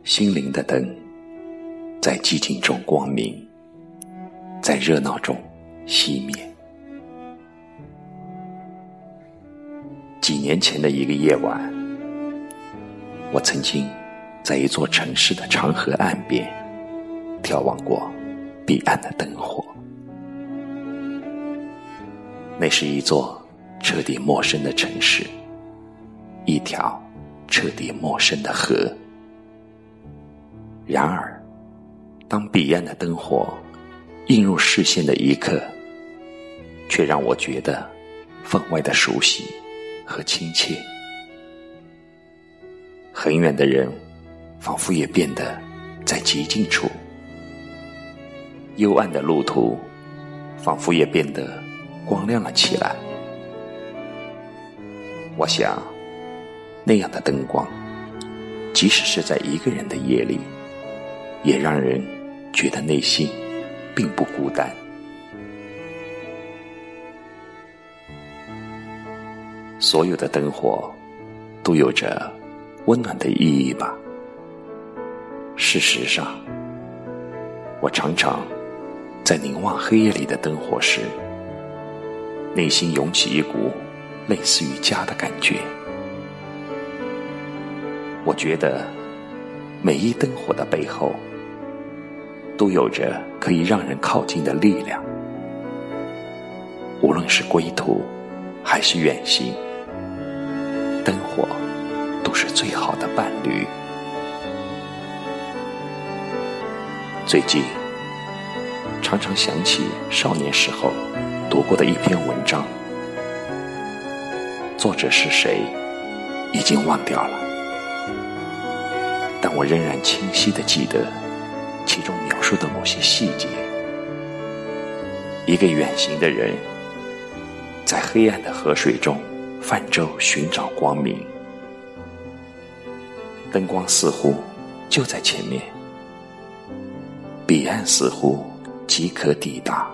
心灵的灯，在寂静中光明，在热闹中熄灭。几年前的一个夜晚，我曾经在一座城市的长河岸边眺望过彼岸的灯火。那是一座彻底陌生的城市，一条彻底陌生的河。然而，当彼岸的灯火映入视线的一刻，却让我觉得分外的熟悉和亲切。很远的人仿佛也变得在极近处，幽暗的路途仿佛也变得光亮了起来。我想，那样的灯光，即使是在一个人的夜里，也让人觉得内心并不孤单。所有的灯火都有着温暖的意义吧。事实上，我常常在凝望黑夜里的灯火时，内心涌起一股类似于家的感觉。我觉得每一灯火的背后都有着可以让人靠近的力量，无论是归途还是远行，灯火都是最好的伴侣。最近常常想起少年时候读过的一篇文章，作者是谁已经忘掉了，但我仍然清晰地记得其中描述的某些细节。一个远行的人在黑暗的河水中泛舟寻找光明，灯光似乎就在前面，彼岸似乎即可抵达。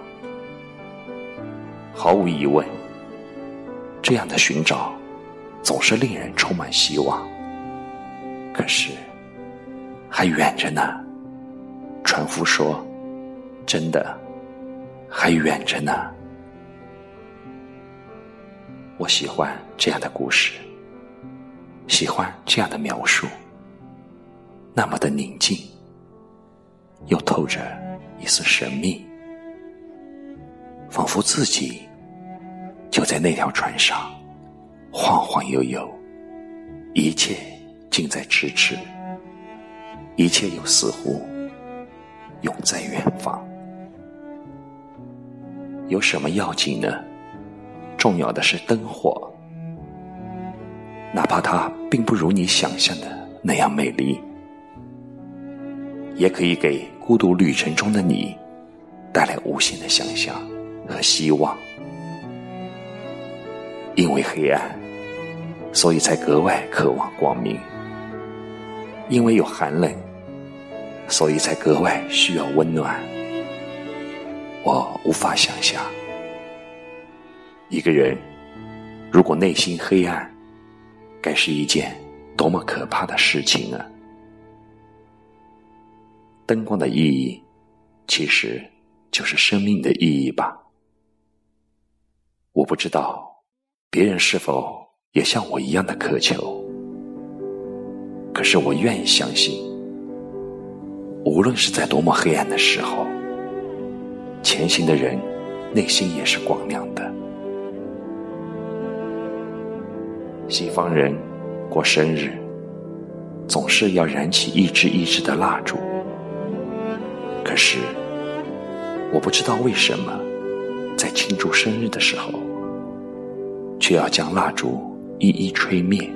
毫无疑问，这样的寻找总是令人充满希望。可是还远着呢，船夫说，真的还远着呢。我喜欢这样的故事，喜欢这样的描述，那么的宁静，又透着一丝神秘，仿佛自己就在那条船上晃晃悠悠，一切近在咫尺，一切又似乎永在远方。有什么要紧呢？重要的是灯火，哪怕它并不如你想象的那样美丽，也可以给孤独旅程中的你带来无限的想象和希望。因为黑暗，所以才格外渴望光明；因为有寒冷，所以才格外需要温暖。我无法想象，一个人如果内心黑暗，该是一件多么可怕的事情啊！灯光的意义，其实就是生命的意义吧。我不知道别人是否也像我一样的渴求，可是我愿意相信，无论是在多么黑暗的时候，前行的人内心也是光亮的。西方人过生日总是要燃起一支一支的蜡烛，可是我不知道为什么在庆祝生日的时候却要将蜡烛一一吹灭，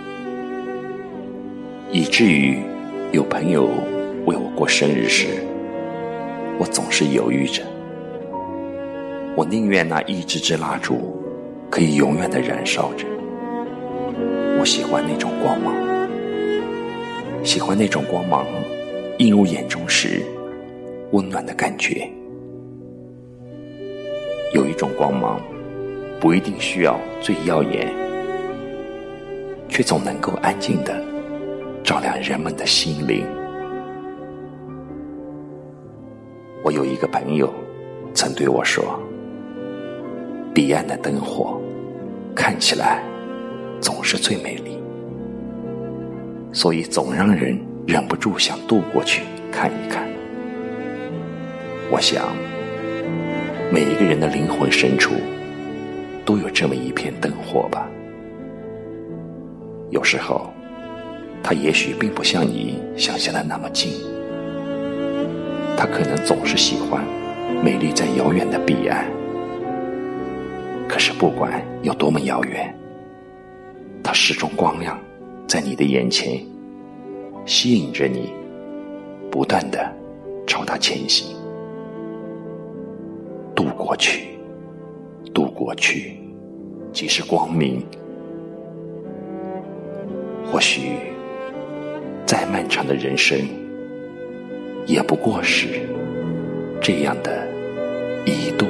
以至于有朋友为我过生日时，我总是犹豫着。我宁愿那一支支蜡烛可以永远地燃烧着。我喜欢那种光芒，喜欢那种光芒映入眼中时温暖的感觉。有一种光芒不一定需要最耀眼，却总能够安静地照亮人们的心灵。 我有一个朋友曾对我说，彼岸的灯火看起来总是最美丽，所以总让人忍不住想渡过去看一看。我想每一个人的灵魂深处都有这么一片灯火吧。有时候它也许并不像你想象的那么近，它可能总是喜欢美丽在遥远的彼岸。可是不管有多么遥远，它始终光亮在你的眼前，吸引着你不断地朝它前行。渡过去，渡过去，即是光明。或许再漫长的人生，也不过是这样的一渡